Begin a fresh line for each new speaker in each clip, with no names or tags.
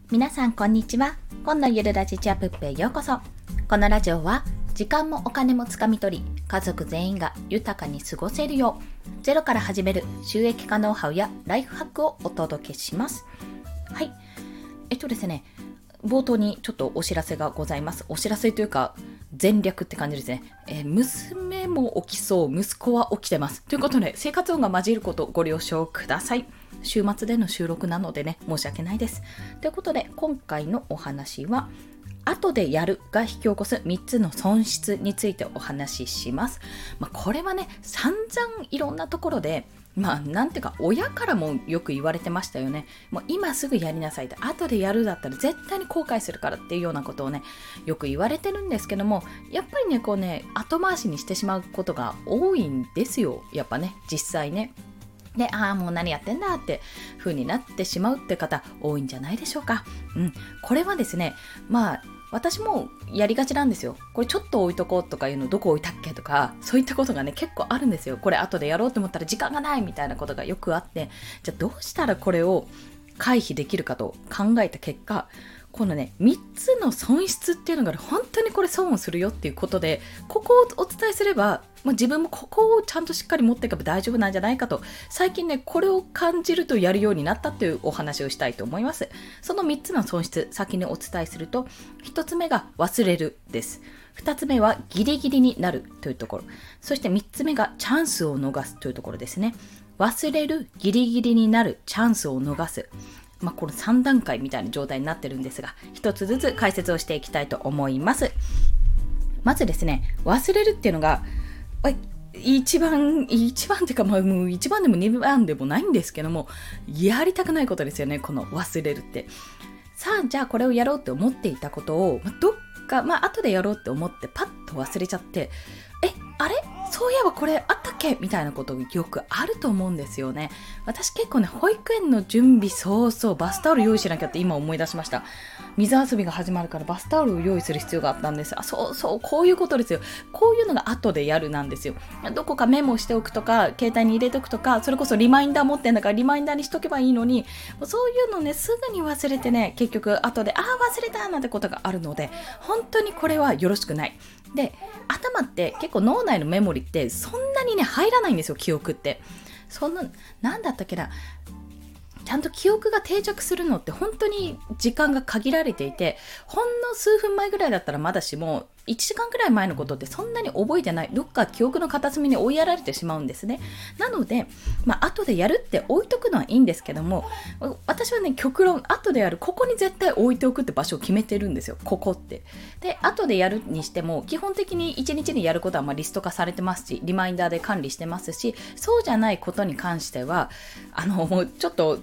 皆さんこんにちは。今のゆるラジチアプップへようこそ。このラジオは時間もお金もつかみ取り、家族全員が豊かに過ごせるようゼロから始める収益化ノウハウやライフハックをお届けします。はい、ですね、冒頭にちょっとお知らせがございます。お知らせというか全略って感じですね。娘も起きそう、息子は起きてますということで、生活音が混じることご了承ください。週末での収録なのでね、申し訳ないです。ということで、今回のお話は後でやるが引き起こす3つの損失についてお話しします。これはね、散々いろんなところでなんていうか親からもよく言われてましたよね。もう今すぐやりなさいって、後でやるだったら絶対に後悔するからっていうようなことをね、よく言われてるんですけども、やっぱりね、こうね、後回しにしてしまうことが多いんですよ。やっぱね、実際ね。で、もう何やってんだって風になってしまうって方多いんじゃないでしょうか。これはですね、私もやりがちなんですよ。これちょっと置いとこうとかいうの、どこ置いたっけとか、そういったことがね結構あるんですよ。これ後でやろうと思ったら時間がないみたいなことがよくあって、じゃあどうしたらこれを回避できるかと考えた結果、このね3つの損失っていうのが本当にこれ損をするよっていうことで、ここをお伝えすれば自分もここをちゃんとしっかり持っていけば大丈夫なんじゃないかと、最近ねこれを感じるとやるようになったというお話をしたいと思います。その3つの損失、先にお伝えすると、1つ目が忘れるです。2つ目はギリギリになるというところ、そして3つ目がチャンスを逃すというところですね。忘れる、ギリギリになる、チャンスを逃す、この3段階みたいな状態になってるんですが、一つずつ解説をしていきたいと思います。まずですね、忘れるっていうのが一番っていうか、もう一番でも二番でもないんですけども、やりたくないことですよね、この忘れるって。さあ、じゃあこれをやろうって思っていたことを、どっか後でやろうって思ってパッと忘れちゃって、あれそういえばこれあったっけみたいなことよくあると思うんですよね。私結構ね、保育園の準備早々バスタオル用意しなきゃって今思い出しました。水遊びが始まるからバスタオルを用意する必要があったんです。そうこういうことですよ。こういうのが後でやるなんですよ。どこかメモしておくとか、携帯に入れておくとか、それこそリマインダー持ってんだからリマインダーにしとけばいいのに、そういうのね、すぐに忘れてね、結局後で忘れたなんてことがあるので、本当にこれはよろしくない。で、頭って結構脳内のメモリってそんなにね入らないんですよ、記憶って。なんだったっけな、ちゃんと記憶が定着するのって本当に時間が限られていて、ほんの数分前ぐらいだったらまだしも、1時間ぐらい前のことってそんなに覚えてない、どっか記憶の片隅に追いやられてしまうんですね。なので、後でやるって置いとくのはいいんですけども、私はね、極論後でやる、ここに絶対置いておくって場所を決めてるんですよ、ここって。で、後でやるにしても基本的に1日にやることはリスト化されてますし、リマインダーで管理してますし、そうじゃないことに関してはもうちょっと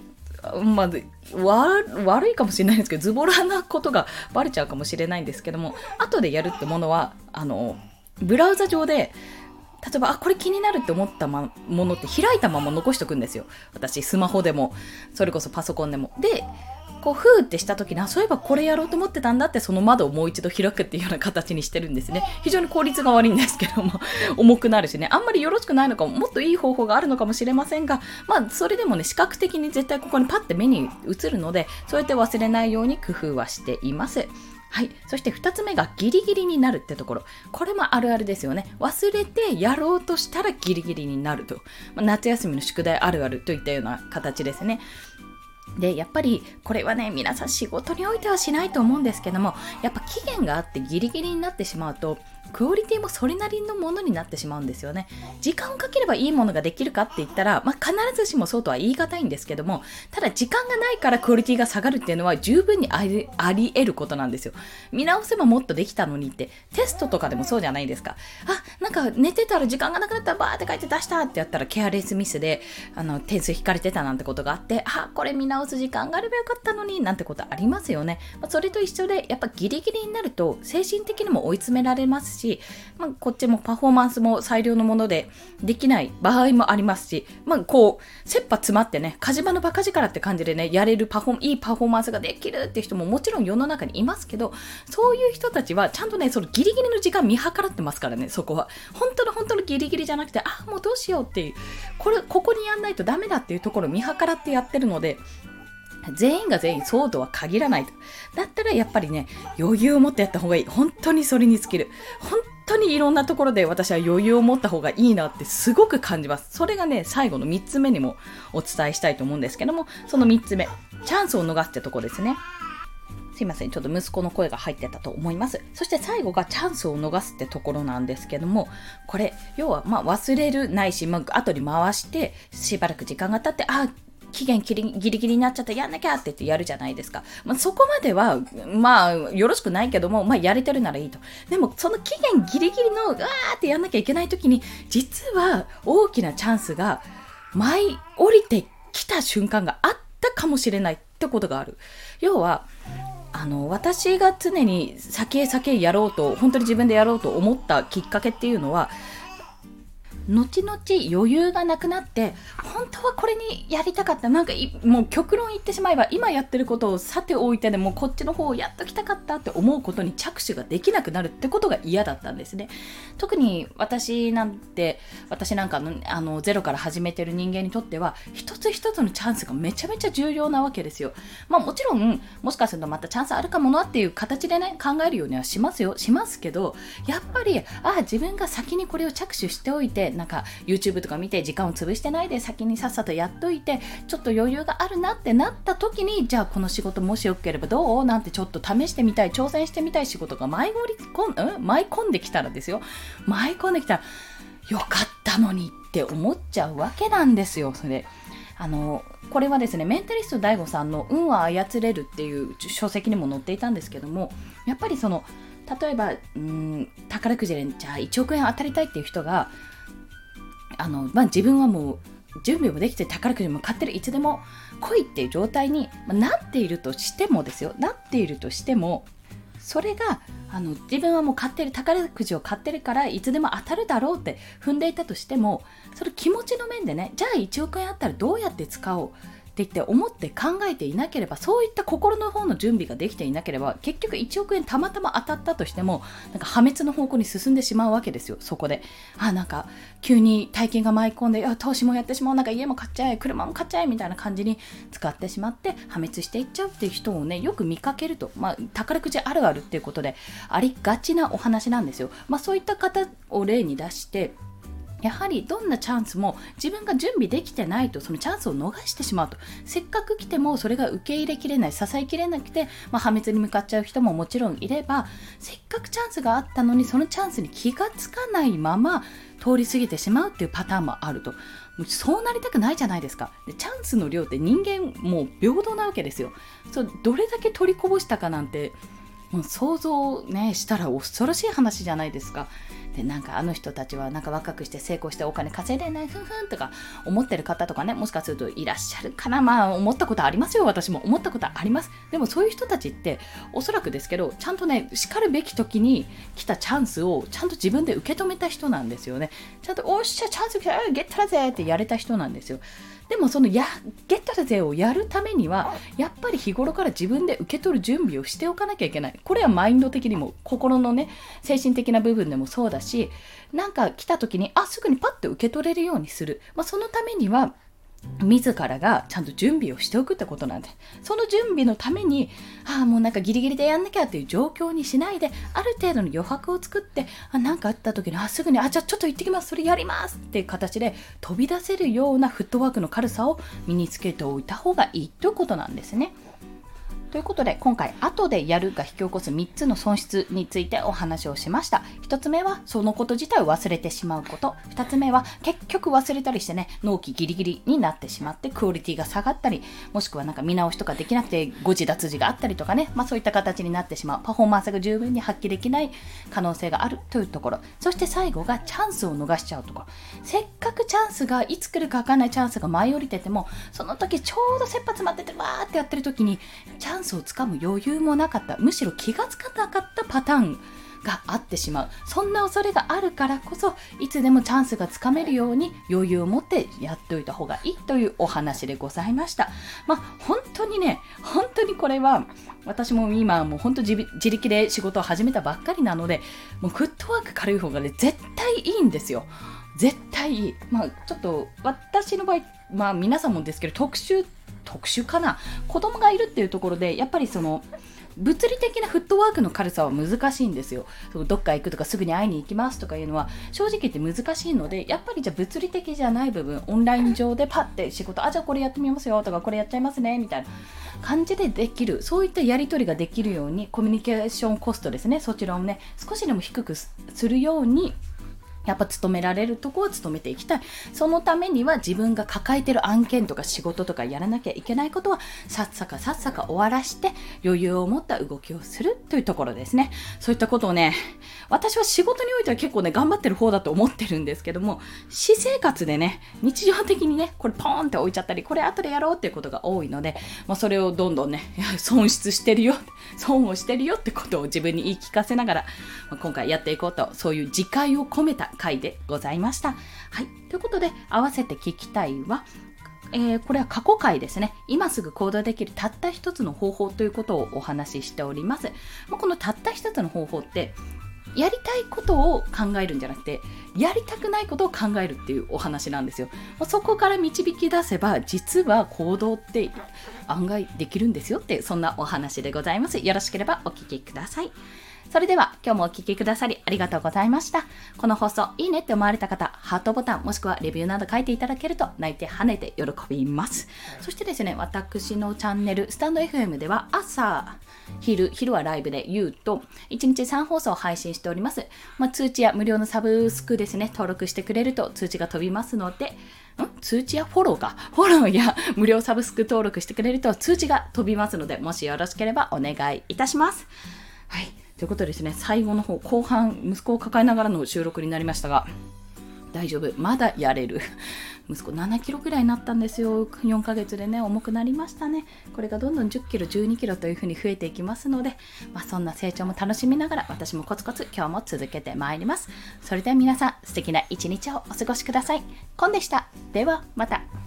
悪いかもしれないんですけど、ズボラなことがバレちゃうかもしれないんですけども、後でやるってものはブラウザ上で、例えばこれ気になるって思ったものって開いたまま残しておくんですよ。私スマホでもそれこそパソコンでも。でこうフーってした時に、そういえばこれやろうと思ってたんだって、その窓をもう一度開くっていうような形にしてるんですね。非常に効率が悪いんですけども重くなるしね、あんまりよろしくないのかも、もっといい方法があるのかもしれませんが、それでもね、視覚的に絶対ここにパッて目に映るので、そうやって忘れないように工夫はしています。はい、そして2つ目がギリギリになるってところ。これもあるあるですよね。忘れてやろうとしたらギリギリになると、夏休みの宿題あるあるといったような形ですね。で、やっぱりこれはね、皆さん仕事においてはしないと思うんですけども、やっぱ期限があってギリギリになってしまうと、クオリティもそれなりのものになってしまうんですよね。時間をかければいいものができるかって言ったら、必ずしもそうとは言い難いんですけども、ただ時間がないからクオリティが下がるっていうのは十分にあり得ることなんですよ。見直せばもっとできたのにって、テストとかでもそうじゃないですか。なんか寝てたら時間がなくなったらバーって書いて出したってやったらケアレスミスで点数引かれてたなんてことがあって、これ見直す時間があればよかったのになんてことありますよね。それと一緒で、やっぱギリギリになると精神的にも追い詰められますし、こっちもパフォーマンスも最良のものでできない場合もありますし、こう切羽詰まってね、火事場のバカ力って感じでね、やれるいいパフォーマンスができるっていう人ももちろん世の中にいますけど、そういう人たちはちゃんとね、そのギリギリの時間見計らってますからね。そこは本当のギリギリじゃなくて、もうどうしようっていう、ここにやんないとダメだっていうところを見計らってやってるので、 全員が全員そうとは限らないと。だったらやっぱりね、余裕を持ってやった方がいい。本当にそれに尽きる。本当にいろんなところで私は余裕を持った方がいいなってすごく感じます。それがね、最後の3つ目にもお伝えしたいと思うんですけども、その3つ目、チャンスを逃すってとこですね。すいません、ちょっと息子の声が入ってたと思います。そして最後がチャンスを逃すってところなんですけども、これ要は忘れるないし、後に回してしばらく時間が経って、期限ギリギリになっちゃったやんなきゃって言ってやるじゃないですか。そこまではよろしくないけども、やれてるならいいと。でもその期限ギリギリのってやんなきゃいけない時に、実は大きなチャンスが降りてきた瞬間があったかもしれないってことがある。要は私が常に先へやろうと、本当に自分でやろうと思ったきっかけっていうのは、後々余裕がなくなって、本当はこれにやりたかった、もう極論言ってしまえば、今やってることをさておいてでもこっちの方をやっときたかったって思うことに着手ができなくなるってことが嫌だったんですね。特に私なんかのゼロから始めてる人間にとっては、一つ一つのチャンスがめちゃめちゃ重要なわけですよ。もちろんもしかするとまたチャンスあるかもなっていう形でね、考えるようにはしますけど、やっぱり自分が先にこれを着手しておいて、YouTube とか見て時間を潰してないで先にさっさとやっといて、ちょっと余裕があるなってなった時に、じゃあこの仕事もしよければどうなんてちょっと試してみたい、挑戦してみたい仕事が舞い込んできたらですよ、舞い込んできたらよかったのにって思っちゃうわけなんですよ。それこれはですね、メンタリスト DAIGO さんの運は操れるっていう書籍にも載っていたんですけども、やっぱり例えば宝くじでじゃあ1億円当たりたいっていう人が自分はもう準備もできて宝くじも買ってる、いつでも来いっていう状態に、なっているとしても、それが自分はもう宝くじを買ってるからいつでも当たるだろうって踏んでいたとしても、その気持ちの面でね、じゃあ1億円あったらどうやって使おうって言って思って考えていなければ、そういった心の方の準備ができていなければ、結局1億円たまたま当たったとしても破滅の方向に進んでしまうわけですよ。そこで急に大金が舞い込んで、投資もやってしまう、家も買っちゃえ、車も買っちゃえみたいな感じに使ってしまって破滅していっちゃうっていう人をね、よく見かけると、宝くじあるあるっていうことでありがちなお話なんですよ。そういった方を例に出して、やはりどんなチャンスも自分が準備できてないと、そのチャンスを逃してしまうと、せっかく来てもそれが受け入れきれない、支えきれなくて、破滅に向かっちゃう人ももちろんいれば、せっかくチャンスがあったのにそのチャンスに気がつかないまま通り過ぎてしまうっていうパターンもあると。そうなりたくないじゃないですか。でチャンスの量って人間もう平等なわけですよ。どれだけ取りこぼしたかなんてもう想像ねしたら恐ろしい話じゃないですか。であの人たちは若くして成功してお金稼いでないふんふんとか思ってる方とかね、もしかするといらっしゃるかな。思ったことありますよ。私も思ったことあります。でもそういう人たちっておそらくですけど、ちゃんとね、しかるべき時に来たチャンスをちゃんと自分で受け止めた人なんですよね。ちゃんとおっしゃチャンス来た、ゲットだぜってやれた人なんですよ。でもゲットだぜをやるためには、やっぱり日頃から自分で受け取る準備をしておかなきゃいけない。これはマインド的にも心のね、精神的な部分でもそうだし、来た時にすぐにパッと受け取れるようにする。そのためには自らがちゃんと準備をしておくってことなんで、その準備のためにもうギリギリでやんなきゃっていう状況にしないで、ある程度の余白を作って、あった時にすぐにじゃあちょっと行ってきます、それやりますっていう形で飛び出せるようなフットワークの軽さを身につけておいた方がいいということなんですね。ということで、今回後でやるが引き起こす3つの損失についてお話をしました。1つ目はそのこと自体を忘れてしまうこと、2つ目は結局忘れたりしてね、納期ギリギリになってしまってクオリティが下がったり、もしくは見直しとかできなくて誤字脱字があったりとかね、そういった形になってしまう、パフォーマンスが十分に発揮できない可能性があるというところ。そして最後がチャンスを逃しちゃうところ。せっかくチャンスがいつ来るか分からないチャンスが舞い降りてても、その時ちょうど切羽詰まっててわーってやってる時にチャンスをつかむ余裕もなかった、むしろ気がつかなかったパターンがあってしまう。そんな恐れがあるからこそ、いつでもチャンスがつかめるように余裕を持ってやっておいた方がいいというお話でございました。本当にこれは私も今もう本当自力で仕事を始めたばっかりなので、もうフットワーク軽い方がね、絶対いいんですよ。絶対いい。ちょっと私の場合、皆さんもですけど特殊特殊かな。子供がいるっていうところでやっぱりその物理的なフットワークの軽さは難しいんですよ。どっか行くとかすぐに会いに行きますとかいうのは正直言って難しいので、やっぱりじゃあ物理的じゃない部分、オンライン上でパッて仕事、じゃあこれやってみますよとか、これやっちゃいますねみたいな感じでできる、そういったやり取りができるように、コミュニケーションコストですね、そちらをね少しでも低くするようにやっぱ勤められるところを勤めていきたい。そのためには自分が抱えている案件とか仕事とかやらなきゃいけないことはさっさか終わらして余裕を持った動きをするというところですね。そういったことをね、私は仕事においては結構ね頑張ってる方だと思ってるんですけども、私生活でね日常的にねこれポーンって置いちゃったり、これ後でやろうっていうことが多いので、それをどんどんね損してるよ、損をしてるよってことを自分に言い聞かせながら、今回やっていこうと、そういう自戒を込めた回でございました。はい、ということで合わせて聞きたいは、これは過去回ですね。今すぐ行動できるたった一つの方法ということをお話ししております。このたった一つの方法ってやりたいことを考えるんじゃなくて、やりたくないことを考えるっていうお話なんですよ。そこから導き出せば実は行動って案外できるんですよって、そんなお話でございます。よろしければお聞きください。それでは今日もお聞きくださりありがとうございました。この放送いいねって思われた方、ハートボタンもしくはレビューなど書いていただけると泣いて跳ねて喜びます。そしてですね、私のチャンネルスタンド FM では朝昼はライブで言うと1日3放送配信しております。通知や無料のサブスクですね、登録してくれると通知が飛びますので、通知やフォローや無料サブスク登録してくれると通知が飛びますので、もしよろしければお願いいたします。はい、ということでですね、最後の方後半息子を抱えながらの収録になりましたが、大丈夫、まだやれる。息子7キロくらいになったんですよ。4ヶ月でね重くなりましたね。これがどんどん10キロ12キロという風に増えていきますので、そんな成長も楽しみながら私もコツコツ今日も続けてまいります。それでは皆さん素敵な一日をお過ごしください。コンでした。ではまた。